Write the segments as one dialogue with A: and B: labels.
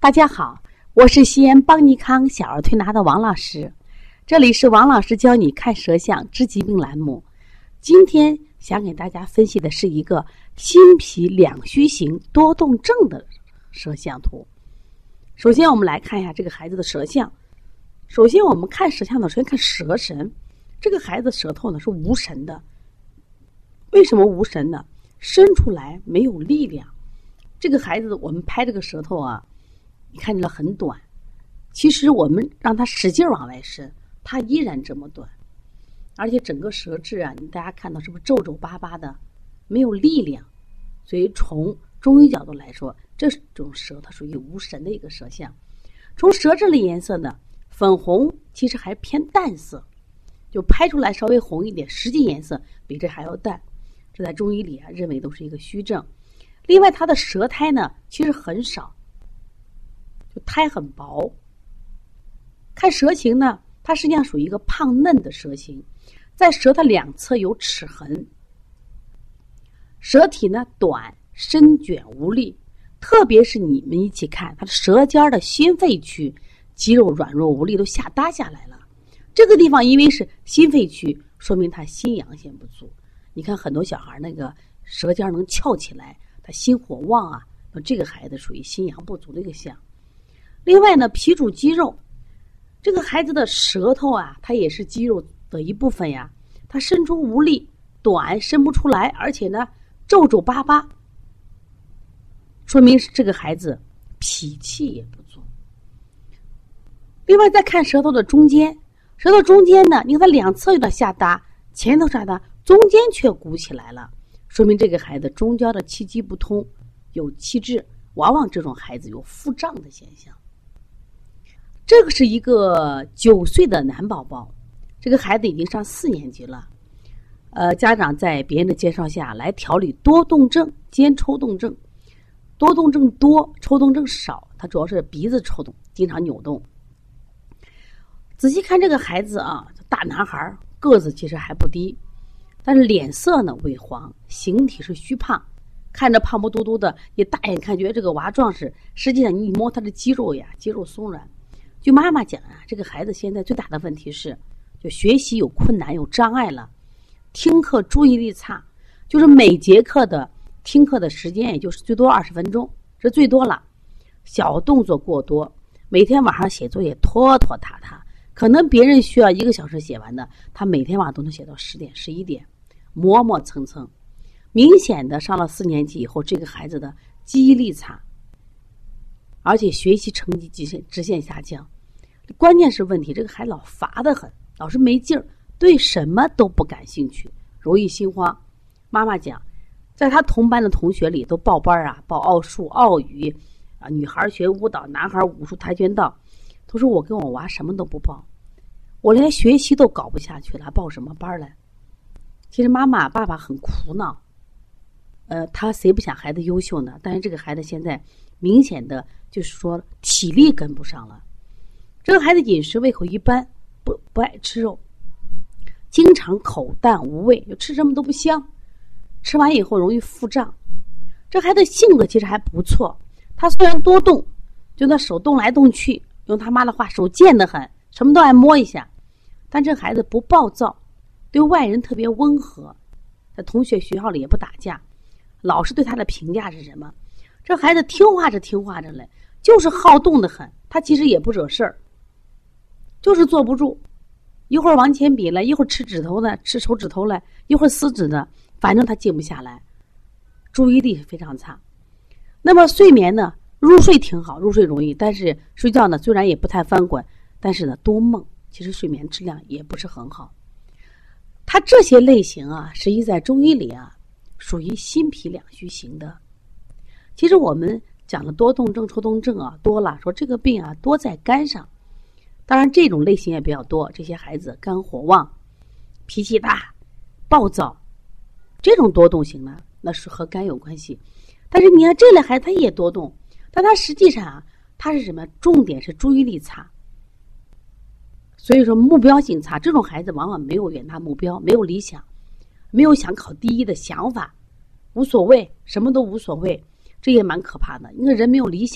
A: 大家好，我是西安邦尼康小儿推拿的王老师，这里是王老师教你看舌象治疾病栏目。今天想给大家分析的是一个心脾两虚型多动症的舌象图。首先我们来看一下这个孩子的舌象。首先我们看舌象的时候看舌神，这个孩子舌头呢是无神的。为什么无神呢？伸出来没有力量。这个孩子我们拍这个舌头啊，你看着很短，其实我们让他使劲往外伸，他依然这么短，而且整个舌质啊，大家看到是不是皱皱巴巴的，没有力量？所以从中医角度来说，这种舌它属于无神的一个舌象。从舌质的颜色呢，粉红其实还偏淡色，就拍出来稍微红一点，实际颜色比这还要淡。这在中医里啊，认为都是一个虚症。另外，它的舌苔呢，其实很少。就苔很薄，看舌形呢，它实际上属于一个胖嫩的舌形，在舌的两侧有齿痕，舌体呢短、深卷无力，特别是你们一起看，它的舌尖的心肺区肌肉软弱无力，都下耷下来了。这个地方因为是心肺区，说明他心阳线不足。你看很多小孩那个舌尖能翘起来，他心火旺啊，这个孩子属于心阳不足的一个象。另外呢，脾主肌肉，这个孩子的舌头啊，它也是肌肉的一部分呀。它伸出无力，短，伸不出来，而且呢皱皱巴巴，说明是这个孩子脾气也不足。另外再看舌头的中间，舌头中间呢，你看它两侧有点下耷，前头下耷，中间却鼓起来了，说明这个孩子中焦的气机不通，有气滞，往往这种孩子有腹胀的现象。这个是一个9岁的男宝宝，这个孩子已经上4年级了。家长在别人的介绍下来调理多动症兼抽动症。多动症多，抽动症少，他主要是鼻子抽动，经常扭动。仔细看这个孩子啊，大男孩，个子其实还不低，但是脸色呢萎黄，形体是虚胖，看着胖不嘟嘟的，你大眼看觉得这个娃壮实，实际上你一摸他的肌肉呀，肌肉松软。据妈妈讲啊，这个孩子现在最大的问题是，就学习有困难有障碍了，听课注意力差，就是每节课的听课的时间也就是最多20分钟，这最多了。小动作过多，每天晚上写作业拖拖沓沓，可能别人需要1个小时写完的，他每天晚上都能写到10点11点，磨磨蹭蹭。明显的上了4年级以后，这个孩子的记忆力差，而且学习成绩直线下降。关键是问题，这个孩子老乏得很，老是没劲儿，对什么都不感兴趣，容易心慌。妈妈讲，在他同班的同学里都报班啊，报奥数、奥语啊，女孩学舞蹈，男孩武术、跆拳道。他说我跟我娃什么都不报，我连学习都搞不下去了，报什么班来？其实妈妈爸爸很苦恼。他谁不想孩子优秀呢？但是这个孩子现在明显的就是说体力跟不上了。这个孩子饮食胃口一般，不爱吃肉，经常口淡无味，就吃什么都不香，吃完以后容易腹胀。这孩子性格其实还不错，他虽然多动，就那手动来动去，用他妈的话，手贱得很，什么都爱摸一下，但这孩子不暴躁，对外人特别温和，在同学学校里也不打架。老师对他的评价是什么？这孩子听话着嘞，就是好动得很，他其实也不惹事儿，就是坐不住，一会儿往前比了，一会儿吃指头呢，吃手指头了，一会儿撕纸呢，反正他静不下来，注意力非常差。那么睡眠呢，入睡挺好，入睡容易，但是睡觉呢虽然也不太翻滚，但是呢多梦，其实睡眠质量也不是很好。他这些类型啊，实际在中医里啊，属于心脾两虚型的。其实我们讲的多动症、抽动症啊多了，说这个病啊多在肝上。当然这种类型也比较多，这些孩子肝火旺，脾气大，暴躁，这种多动型呢，那是和肝有关系。但是你看这类孩子他也多动，但他实际上啊，他是什么？重点是注意力差。所以说目标性差，这种孩子往往没有远大目标，没有理想，没有想考第一的想法，无所谓，什么都无所谓，这也蛮可怕的。因为人没有理想，没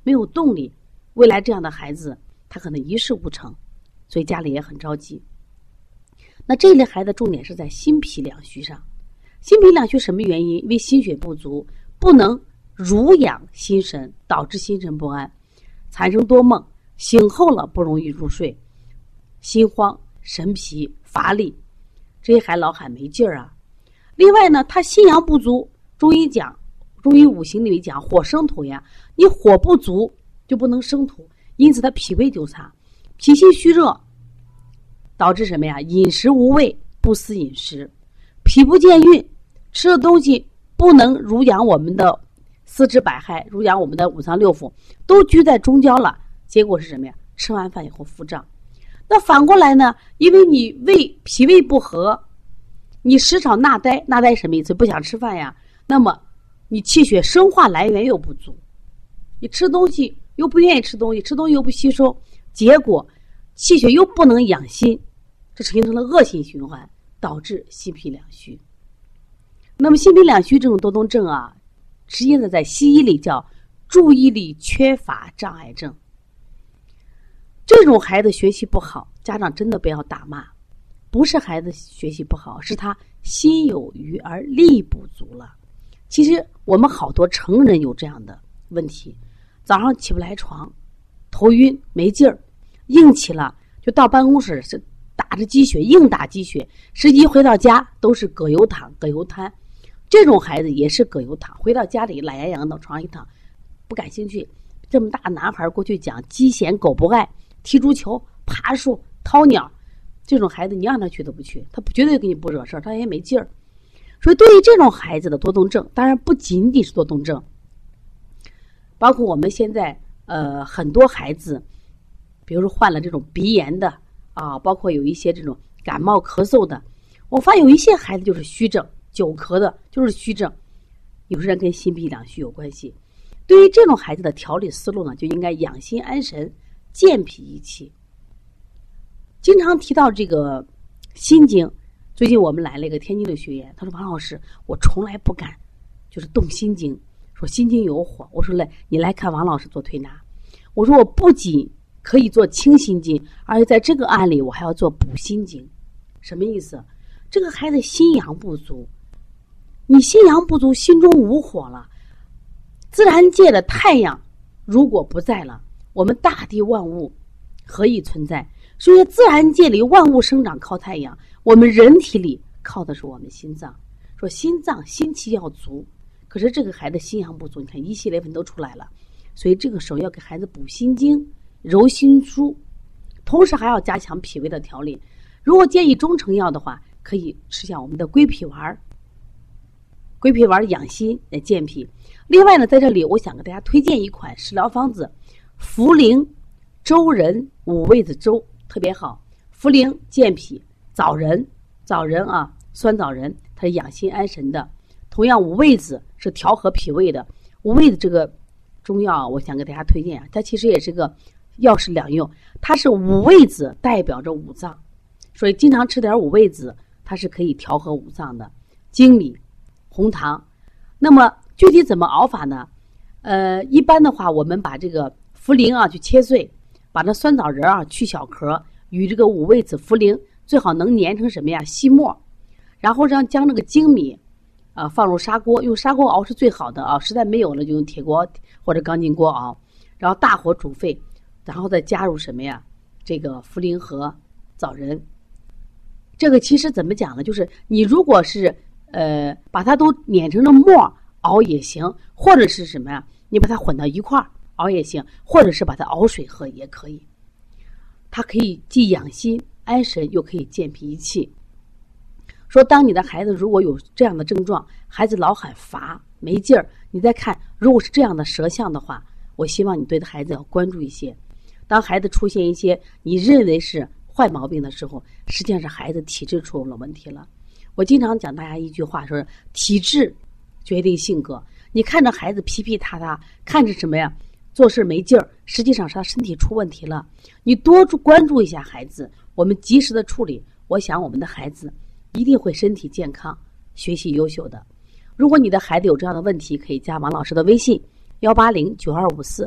A: 没有动力，未来这样的孩子他可能一事无成，所以家里也很着急。那这一类孩子重点是在心脾两虚上。心脾两虚什么原因？因为心血不足，不能濡养心神，导致心神不安，产生多梦，醒后了不容易入睡，心慌神疲乏力，这些还老喊没劲儿啊。另外呢，他心阳不足，中医五行里面讲火生土呀，你火不足就不能生土，因此他脾胃就差，脾气虚热，导致什么呀？饮食无味，不思饮食，脾不健运，吃的东西不能濡养我们的四肢百骸，濡养我们的五脏六腑，都居在中焦了，结果是什么呀？吃完饭以后腹胀。那反过来呢？因为你脾胃不和，你时常纳呆，纳呆什么意思？不想吃饭呀。那么你气血生化来源又不足，你吃东西又不愿意吃东西，吃东西又不吸收，结果气血又不能养心，这形成了恶性循环，导致心脾两虚。那么心脾两虚这种多动症啊，实际上在西医里叫注意力缺乏障碍症。这种孩子学习不好，家长真的不要打骂，不是孩子学习不好，是他心有余而力不足了。其实我们好多成人有这样的问题，早上起不来床，头晕没劲儿，硬起了就到办公室是打着鸡血，硬打鸡血，实际回到家都是葛优躺葛优瘫。这种孩子也是葛优躺，回到家里懒洋洋的床上一躺，不感兴趣。这么大男孩过去讲鸡嫌狗不爱，踢足球爬树掏鸟，这种孩子你让他去都不去，他绝对给你不惹事，他也没劲儿。所以对于这种孩子的多动症，当然不仅仅是多动症，包括我们现在很多孩子，比如说患了这种鼻炎的啊，包括有一些这种感冒咳嗽的，我发现有一些孩子就是虚症，久咳的就是虚症，有些人跟心脾两虚有关系。对于这种孩子的调理思路呢，就应该养心安神，健脾益气。经常提到这个心经，最近我们来了一个天津的学员，他说王老师，我从来不敢就是动心经，说心经有火。我说来，你来看王老师做推拿。我说我不仅可以做清心经，而且在这个案例我还要做补心经。什么意思？这个孩子心阳不足，你心阳不足，心中无火了，自然界的太阳如果不在了，我们大地万物何以存在？所以自然界里万物生长靠太阳，我们人体里靠的是我们心脏。说心脏心气要足，可是这个孩子心阳不足，你看一系列问题都出来了。所以这个时候要给孩子补心经，揉心枢，同时还要加强脾胃的调理。如果建议中成药的话，可以吃下我们的归脾丸，归脾丸养心来健脾。另外呢，在这里我想给大家推荐一款食疗方子，茯苓粥仁五味子粥，特别好。茯苓健脾，枣仁啊，酸枣仁它是养心安神的。同样五味子是调和脾胃的。五味子这个中药我想给大家推荐啊，它其实也是个药食两用，它是五味子代表着五脏，所以经常吃点五味子，它是可以调和五脏的。粳米、红糖，那么具体怎么熬法呢？一般的话，我们把这个茯苓啊去切碎，把这酸枣仁啊去小壳，与这个五味子、茯苓最好能粘成什么呀？细末，然后将这个粳米放入砂锅，用砂锅熬是最好的啊，实在没有了就用铁锅或者钢筋锅熬，然后大火煮沸，然后再加入什么呀？这个茯苓和枣仁。这个其实怎么讲呢？就是你如果是把它都碾成了末熬也行，或者是什么呀？你把它混到一块儿熬也行，或者是把它熬水喝也可以。它可以既养心安神，又可以健脾益气。说当你的孩子如果有这样的症状，孩子老喊乏没劲儿，你再看如果是这样的舌象的话，我希望你对孩子要关注一些。当孩子出现一些你认为是坏毛病的时候，实际上是孩子体质出了问题了。我经常讲大家一句话，说体质决定性格。你看着孩子皮皮塌塌，看着什么呀？做事没劲儿，实际上是他身体出问题了。你多关注一下孩子，我们及时的处理，我想我们的孩子一定会身体健康，学习优秀的。如果你的孩子有这样的问题，可以加王老师的微信：1809254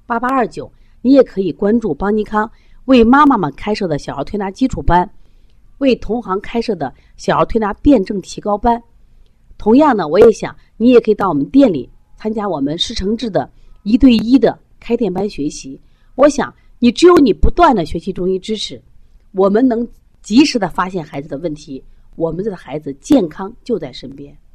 A: 8829，你也可以关注邦尼康为妈妈们开设的小儿推拿基础班，为同行开设的小儿推拿辩证提高班。同样呢，我也想你也可以到我们店里参加我们师承志的1对1的开店班学习。我想只有你不断的学习中医知识，我们能及时的发现孩子的问题，我们的孩子健康就在身边。